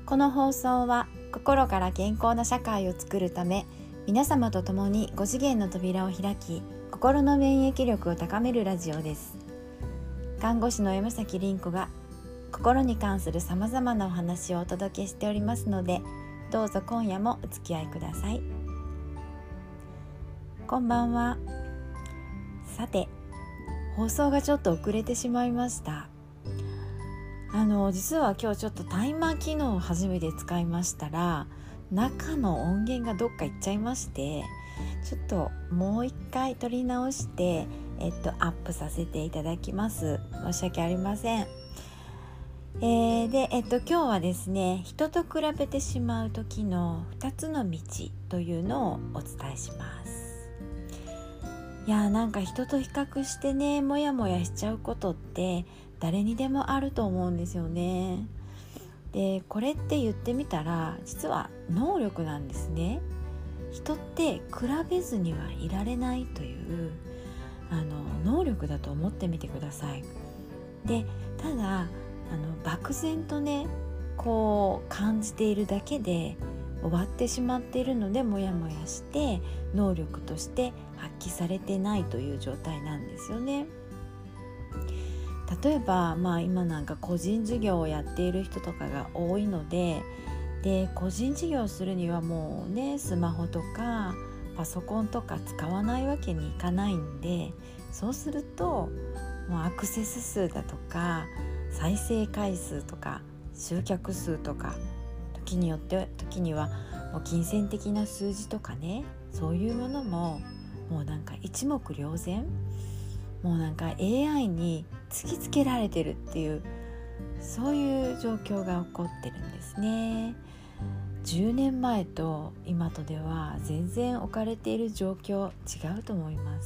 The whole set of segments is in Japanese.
この放送は心から健康な社会を作るため、皆様と共に5次元の扉を開き、心の免疫力を高めるラジオです。看護師の山崎凛子が心に関するさまざまなお話をお届けしておりますので、どうぞ今夜もお付き合いください。こんばんは。さて、放送がちょっと遅れてしまいました。実は今日ちょっとタイマー機能を初めて使いましたら、中の音源がどっか行っちゃいまして、ちょっともう一回撮り直して、アップさせていただきます。申し訳ありません。で、今日はですね、人と比べてしまう時の2つの道というのをお伝えします。いや、なんか人と比較してね、モヤモヤしちゃうことって誰にでもあると思うんですよね。で、これって言ってみたら実は能力なんですね。人って比べずにはいられないという能力だと思ってみてください。で、ただ漠然とね、こう感じているだけで終わってしまっているので、モヤモヤして能力として発揮されてないという状態なんですよね。例えば、今なんか個人事業をやっている人とかが多いので、個人事業をするにはもうね、スマホとかパソコンとか使わないわけにいかないんで、そうするともうアクセス数だとか再生回数とか集客数とか、時にはもう金銭的な数字とかね、そういうものももうなんか一目瞭然、もうなんか AI に突きつけられてるっていう、そういう状況が起こってるんですね。10年前と今とでは全然置かれている状況違うと思います。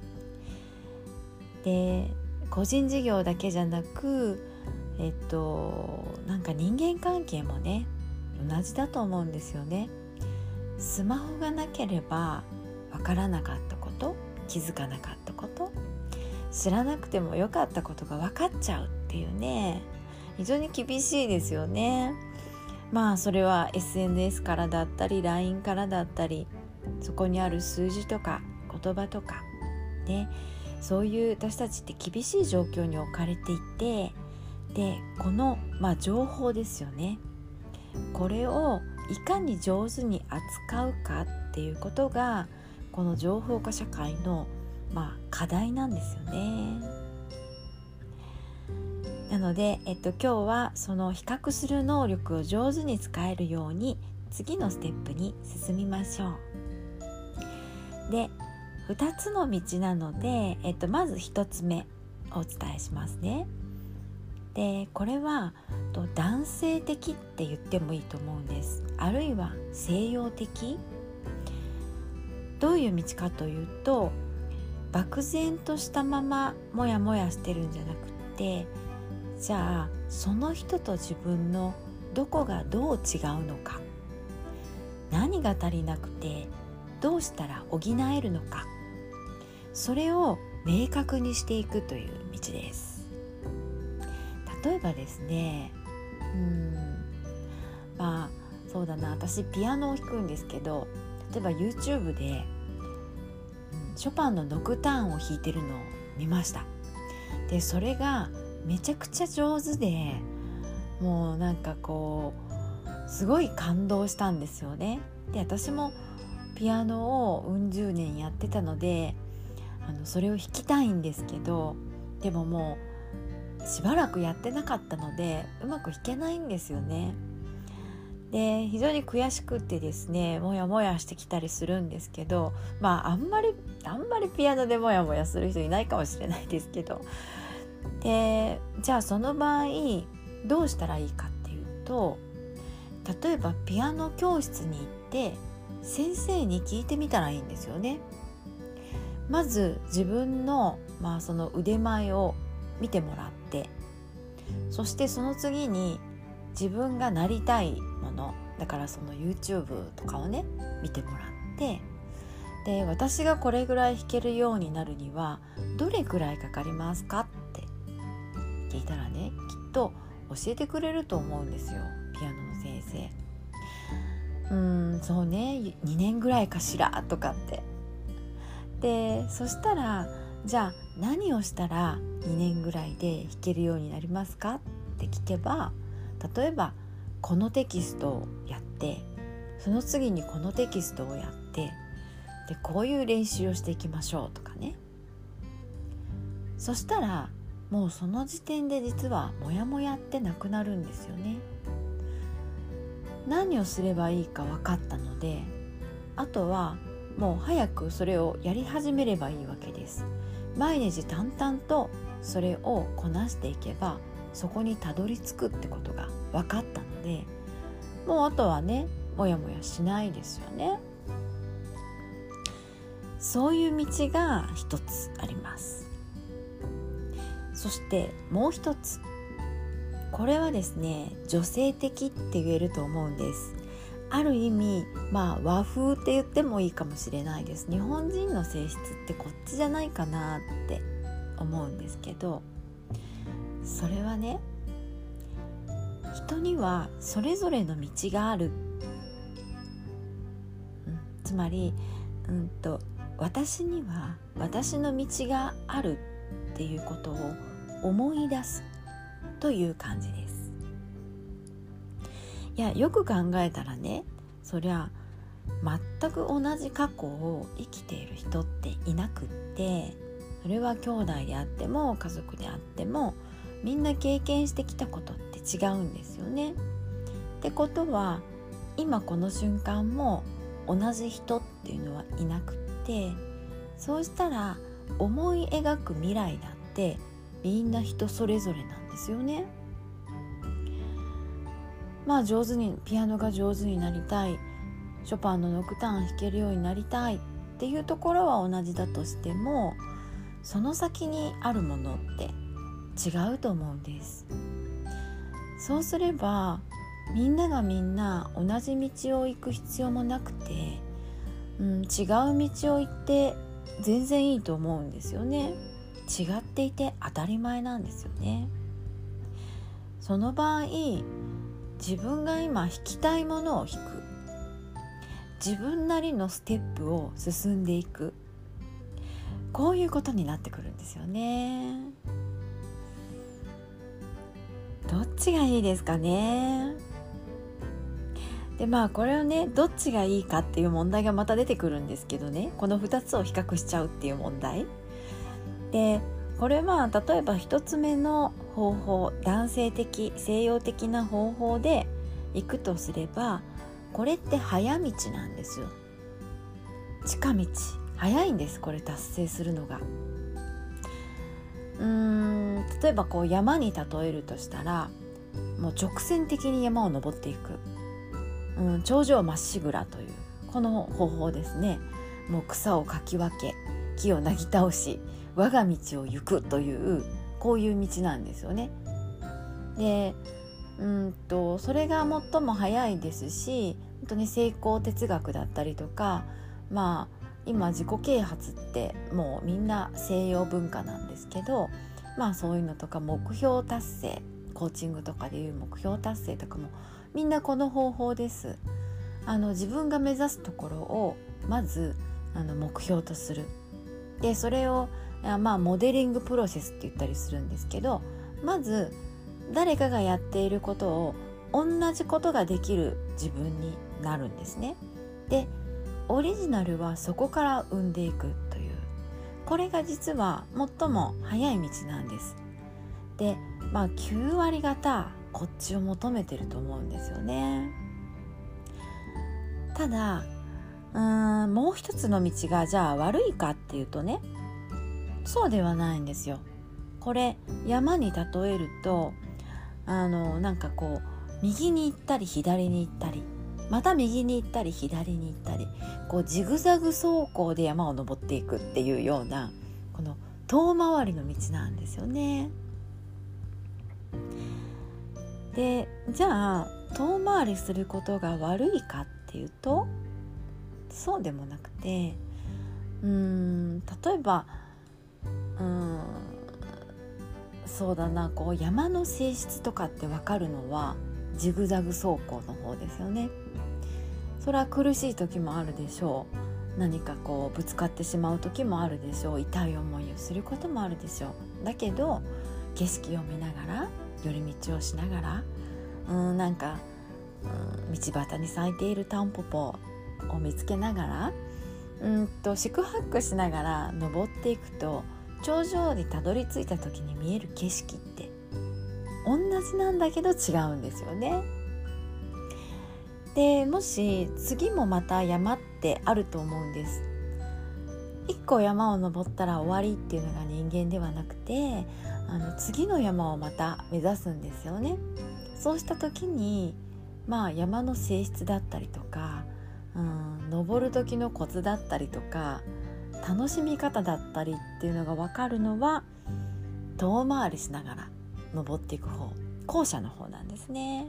で、個人事業だけじゃなくなんか人間関係もね、同じだと思うんですよね。スマホがなければ分からなかったこと、気づかなかったこと、知らなくてもよかったことが分かっちゃうっていうね、非常に厳しいですよね。それは SNS からだったり LINE からだったり、そこにある数字とか言葉とかね、そういう私たちって厳しい状況に置かれていて、で、この、情報ですよね。これをいかに上手に扱うかっていうことが、この情報化社会の、課題なんですよね。なので、今日はその比較する能力を上手に使えるように、次のステップに進みましょう。で、2つの道なので、まず1つ目お伝えしますね。で、これは男性的って言ってもいいと思うんです。あるいは西洋的。どういう道かというと、漠然としたままモヤモヤしてるんじゃなくて、じゃあその人と自分のどこがどう違うのか、何が足りなくてどうしたら補えるのか、それを明確にしていくという道です。例えばですね、そうだな、私ピアノを弾くんですけど、例えば YouTube でショパンのノクターンを弾いてるのを見ました。で、それがめちゃくちゃ上手で、もうなんかこうすごい感動したんですよね。で、私もピアノを十年やってたので、それを弾きたいんですけど、でももうしばらくやってなかったのでうまく弾けないんですよね。で、非常に悔しくってですね、モヤモヤしてきたりするんですけど、あんまりピアノでモヤモヤする人いないかもしれないですけど、で、じゃあその場合どうしたらいいかっていうと、例えばピアノ教室に行って先生に聞いてみたらいいんですよね。まず自分の、その腕前を見てもらって、そしてその次に自分がなりたいものだから、その YouTube とかをね見てもらって、で、私がこれぐらい弾けるようになるにはどれぐらいかかりますかって聞いたらね、きっと教えてくれると思うんですよ。ピピアノの先生。そうね、2年ぐらいかしらとかって。でそしたら、じゃあ何をしたら2年ぐらいで弾けるようになりますかって聞けば、例えばこのテキストをやって、その次にこのテキストをやって、でこういう練習をしていきましょうとかね。そしたらもうその時点で実はモヤモヤってなくなるんですよね。何をすればいいか分かったので、あとはもう早くそれをやり始めればいいわけです。毎日淡々とそれをこなしていけば、そこにたどり着くってことが分かったので、もうあとはね、もやもやしないですよね。そういう道が一つあります。そしてもう一つ、これはですね、女性的って言えると思うんです。ある意味、和風って言ってもいいかもしれないです。日本人の性質ってこっちじゃないかなって思うんですけど、それはね、人にはそれぞれの道がある、つまり、私には私の道があるっていうことを思い出すという感じです。いや、よく考えたらね、そりゃ全く同じ過去を生きている人っていなくって、それは兄弟であっても家族であっても、みんな経験してきたことって違うんですよね。ってことは、今この瞬間も同じ人っていうのはいなくって、そうしたら思い描く未来だってみんな人それぞれなんですよね。上手にピアノが上手になりたい、ショパンのノクターン弾けるようになりたいっていうところは同じだとしても、その先にあるものって違うと思うんです。そうすればみんながみんな同じ道を行く必要もなくて、違う道を行って全然いいと思うんですよね。違っていて当たり前なんですよね。その場合、自分が今弾きたいものを弾く、自分なりのステップを進んでいく、こういうことになってくるんですよね。どっちがいいですかね。でこれをね、どっちがいいかっていう問題がまた出てくるんですけどね、この2つを比較しちゃうっていう問題で、これは例えば1つ目の方法、男性的西洋的な方法でいくとすれば、これって早道なんですよ。近道、早いんです。これ達成するのが。例えば山に例えるとしたら、もう直線的に山を登っていく、頂上まっしぐらというこの方法ですね。もう草をかき分け、木をなぎ倒し、我が道を行くという、こういう道なんですよね。で、それが最も早いですし、本当に成功哲学だったりとか、今自己啓発ってもうみんな西洋文化なんですけど、そういうのとか目標達成、コーチングとかでいう目標達成とかもみんなこの方法です。自分が目指すところをまず目標とする。でそれをモデリングプロセスって言ったりするんですけど、まず誰かがやっていることを同じことができる自分になるんですね。でオリジナルはそこから生んでいくという、これが実は最も早い道なんです。で9割方こっちを求めてると思うんですよね。ただもう一つの道がじゃあ悪いかっていうとね、そうではないんですよ。これ山に例えると右に行ったり左に行ったり、また右に行ったり左に行ったり、ジグザグ走行で山を登っていくっていうような、この遠回りの道なんですよね。でじゃあ遠回りすることが悪いかっていうと、そうでもなくて、例えばそうだな、山の性質とかって分かるのはジグザグ走行の方ですよね。それは苦しい時もあるでしょう。何かこうぶつかってしまう時もあるでしょう。痛い思いをすることもあるでしょう。だけど景色を見ながら、寄り道をしながら、なんか、道端に咲いているタンポポを見つけながら、四苦八苦しながら登っていくと、頂上にたどり着いた時に見える景色って同じなんだけど違うんですよね。でもし次もまた山ってあると思うんです。一個山を登ったら終わりっていうのが人間ではなくて、次の山をまた目指すんですよね。そうした時に、山の性質だったりとか、登る時のコツだったりとか、楽しみ方だったりっていうのが分かるのは、遠回りしながら登っていく方、後者の方なんですね。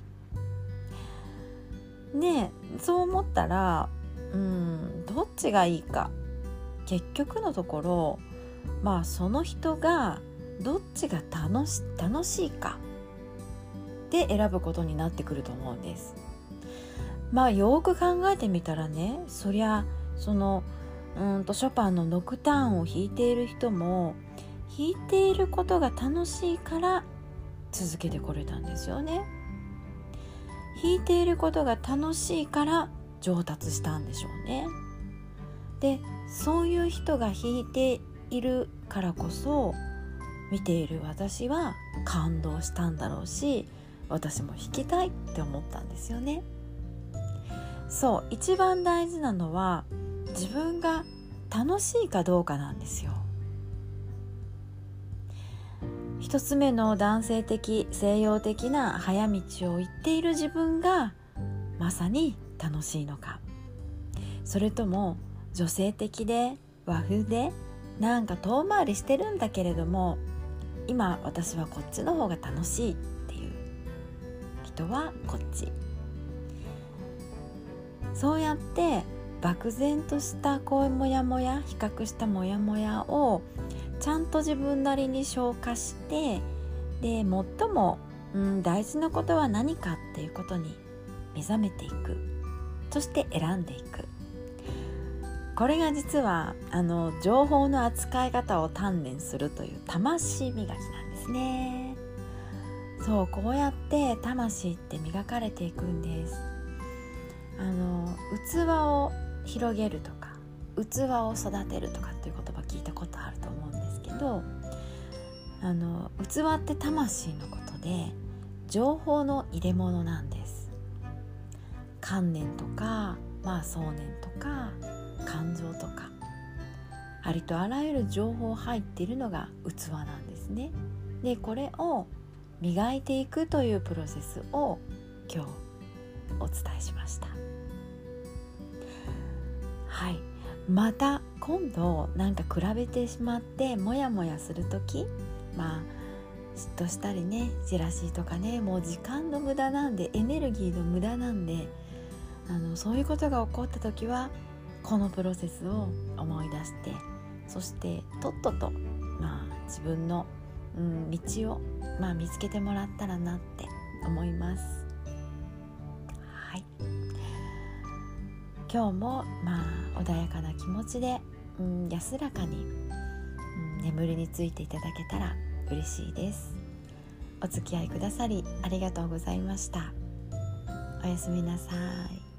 ねえ、そう思ったら、どっちがいいか、結局のところ、その人がどっちが楽しいかで選ぶことになってくると思うんです。よく考えてみたらね、そりゃそのショパンのノクターンを弾いている人も、弾いていることが楽しいから続けてこれたんですよね。弾いていることが楽しいから上達したんでしょうね。で、そういう人が弾いているからこそ、見ている私は感動したんだろうし、私も弾きたいって思ったんですよね。そう、一番大事なのは自分が楽しいかどうかなんですよ。一つ目の男性的西洋的な早道を行っている自分がまさに楽しいのか、それとも女性的で和風でなんか遠回りしてるんだけれども、今私はこっちの方が楽しいっていう人はこっち。そうやって漠然としたこうモヤモヤ、比較したモヤモヤをちゃんと自分なりに消化して、で最も、大事なことは何かっていうことに目覚めていく、そして選んでいく。これが実は情報の扱い方を鍛錬するという魂磨きなんですね。そう、こうやって魂って磨かれていくんです。器を広げるとか、器を育てるとかっていう言葉聞いたことあると思うんですけど、器って魂のことで、情報の入れ物なんです。観念とか、想念とか感情とか、ありとあらゆる情報入っているのが器なんですね。で、これを磨いていくというプロセスを今日お伝えしました。はい、また今度なんか比べてしまってモヤモヤするとき、嫉妬したりね、ジェラシーとかね、もう時間の無駄なんで、エネルギーの無駄なんで、そういうことが起こったときはこのプロセスを思い出して、そしてとっとと、自分の、道を、見つけてもらったらなって思います。はい、今日も穏やかな気持ちで、安らかに、眠りについていただけたら嬉しいです。お付き合いくださりありがとうございました。おやすみなさい。